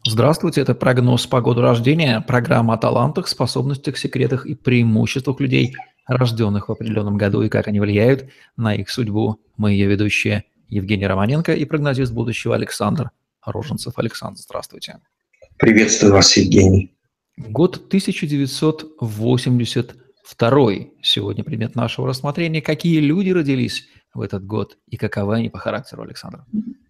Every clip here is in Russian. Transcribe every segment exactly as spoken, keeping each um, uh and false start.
Здравствуйте, это прогноз по году рождения, программа о талантах, способностях, секретах и преимуществах людей, рожденных в определенном году, и как они влияют на их судьбу. Мы ее ведущие Евгений Романенко и прогнозист будущего Александр Роженцев. Александр, здравствуйте. Приветствую вас, Евгений. Год тысяча девятьсот восемьдесят второй. Сегодня предмет нашего рассмотрения. Какие люди родились в этот год и каковы они по характеру, Александр?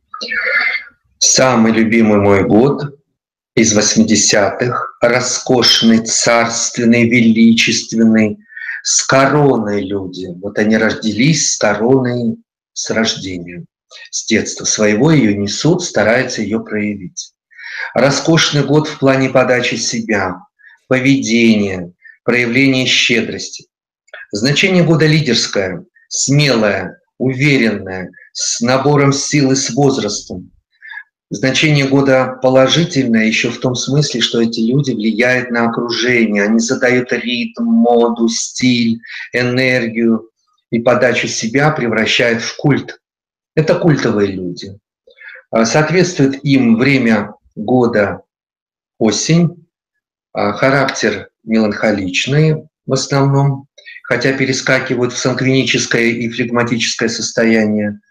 Самый любимый мой год из восьмидесятых, роскошный, царственный, величественный, с короной люди. Вот они родились с короной с рождения, с детства. Своего ее несут, стараются ее проявить. Роскошный год в плане подачи себя, поведения, проявления щедрости. Значение года лидерское, смелое, уверенное, с набором сил и с возрастом. Значение года положительное еще в том смысле, что эти люди влияют на окружение, они задают ритм, моду, стиль, энергию и подачу себя превращают в культ. Это культовые люди. Соответствует им время года осень, характер меланхоличный в основном, хотя перескакивают в сангвиническое и флегматическое состояние.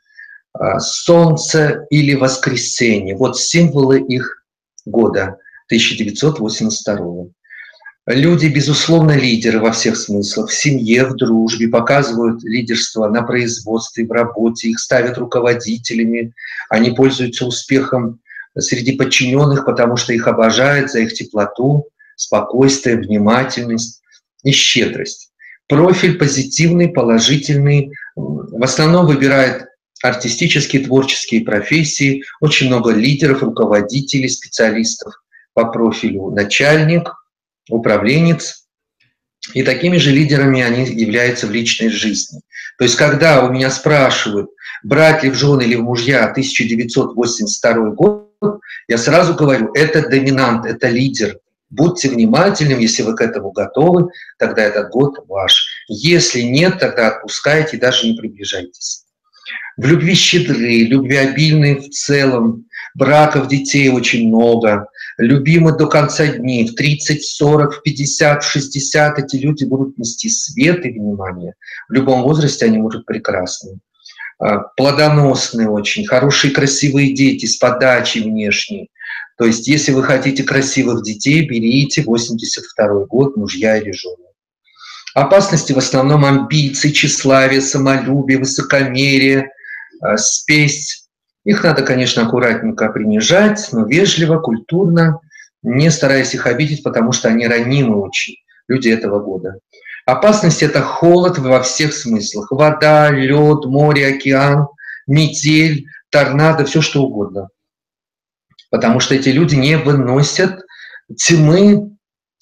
Солнце или воскресенье. Вот символы их года тысяча девятьсот восемьдесят второго. Люди, безусловно, лидеры во всех смыслах. В семье, в дружбе, показывают лидерство на производстве, в работе, их ставят руководителями. Они пользуются успехом среди подчиненных, потому что их обожают за их теплоту, спокойствие, внимательность и щедрость. Профиль позитивный, положительный. В основном выбирает артистические, творческие профессии, очень много лидеров, руководителей, специалистов по профилю начальник, управленец. И такими же лидерами они являются в личной жизни. То есть, когда у меня спрашивают, брать ли в жены или в мужья тысяча девятьсот восемьдесят второй год, я сразу говорю, это доминант, это лидер. Будьте внимательны, если вы к этому готовы, тогда этот год ваш. Если нет, тогда отпускайте и даже не приближайтесь. В любви щедры, любвеобильны в целом, браков, детей очень много, любимы до конца дней, в тридцать, сорок, в пятьдесят, в шестьдесят эти люди будут нести свет и внимание. В любом возрасте они будут прекрасны. Плодоносные очень, хорошие, красивые дети с подачей внешней. То есть, если вы хотите красивых детей, берите восемьдесят второй год, мужья или жены. Опасности в основном амбиции, тщеславие, самолюбие, высокомерие, спесь. Их надо, конечно, аккуратненько принижать, но вежливо, культурно, не стараясь их обидеть, потому что они ранимы очень, люди этого года. Опасность – это холод во всех смыслах. Вода, лед, море, океан, метель, торнадо, все что угодно. Потому что эти люди не выносят тьмы,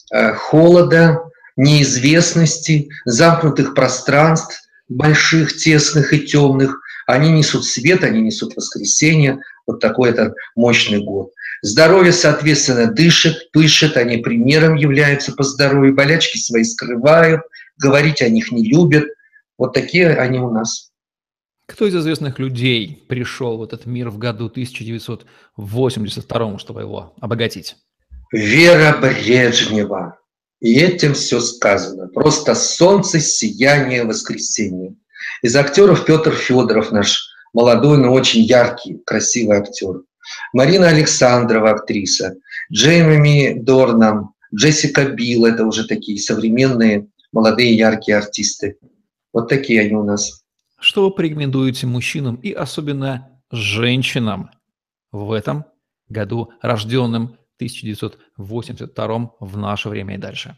холода, неизвестности, замкнутых пространств, больших, тесных и темных. Они несут свет, они несут воскресенье. Вот такой это мощный год. Здоровье, соответственно, дышит, пышет, они примером являются по здоровью, болячки свои скрывают, говорить о них не любят. Вот такие они у нас. Кто из известных людей пришел в этот мир в году тысяча девятьсот восемьдесят втором, чтобы его обогатить? Вера Брежнева. И этим все сказано. Просто солнце, сияние, воскресенье. Из актеров Петр Федоров, наш молодой, но очень яркий, красивый актер. Марина Александрова, актриса. Джейми Дорнан, Джессика Билл, это уже такие современные, молодые, яркие артисты. Вот такие они у нас. Что вы порекомендуете мужчинам и особенно женщинам в этом году, рожденным в тысяча девятьсот восемьдесят втором, в наше время и дальше?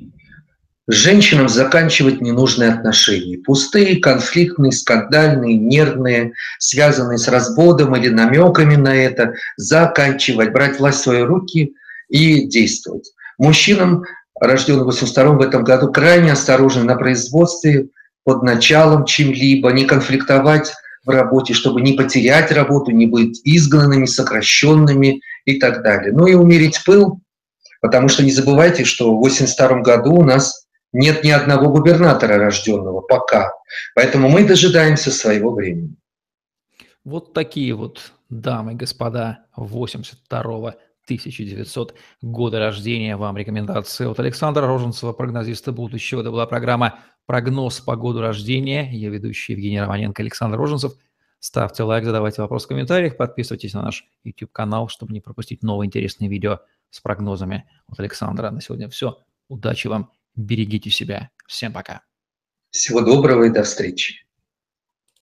Женщинам заканчивать ненужные отношения. Пустые, конфликтные, скандальные, нервные, связанные с разводом или намеками на это. Заканчивать, брать власть в свои руки и действовать. Мужчинам, рожденным в восемьдесят втором, в этом году, крайне осторожны на производстве, под началом чем-либо, не конфликтовать в работе, чтобы не потерять работу, не быть изгнанными, сокращенными и так далее. Ну и умерить пыл, потому что не забывайте, что в восемьдесят втором году у нас нет ни одного губернатора рожденного пока. Поэтому мы дожидаемся своего времени. Вот такие вот, дамы и господа, восемьдесят второго тысяча девятьсот года рождения. Вам рекомендации от Александра Роженцева, прогнозиста будущего. Это была программа «Прогноз по году рождения». Я ведущий Евгений Романенко, Александр Роженцев. Ставьте лайк, задавайте вопросы в комментариях, подписывайтесь на наш YouTube-канал, чтобы не пропустить новые интересные видео с прогнозами от Александра. На сегодня все. Удачи вам, берегите себя. Всем пока. Всего доброго и до встречи.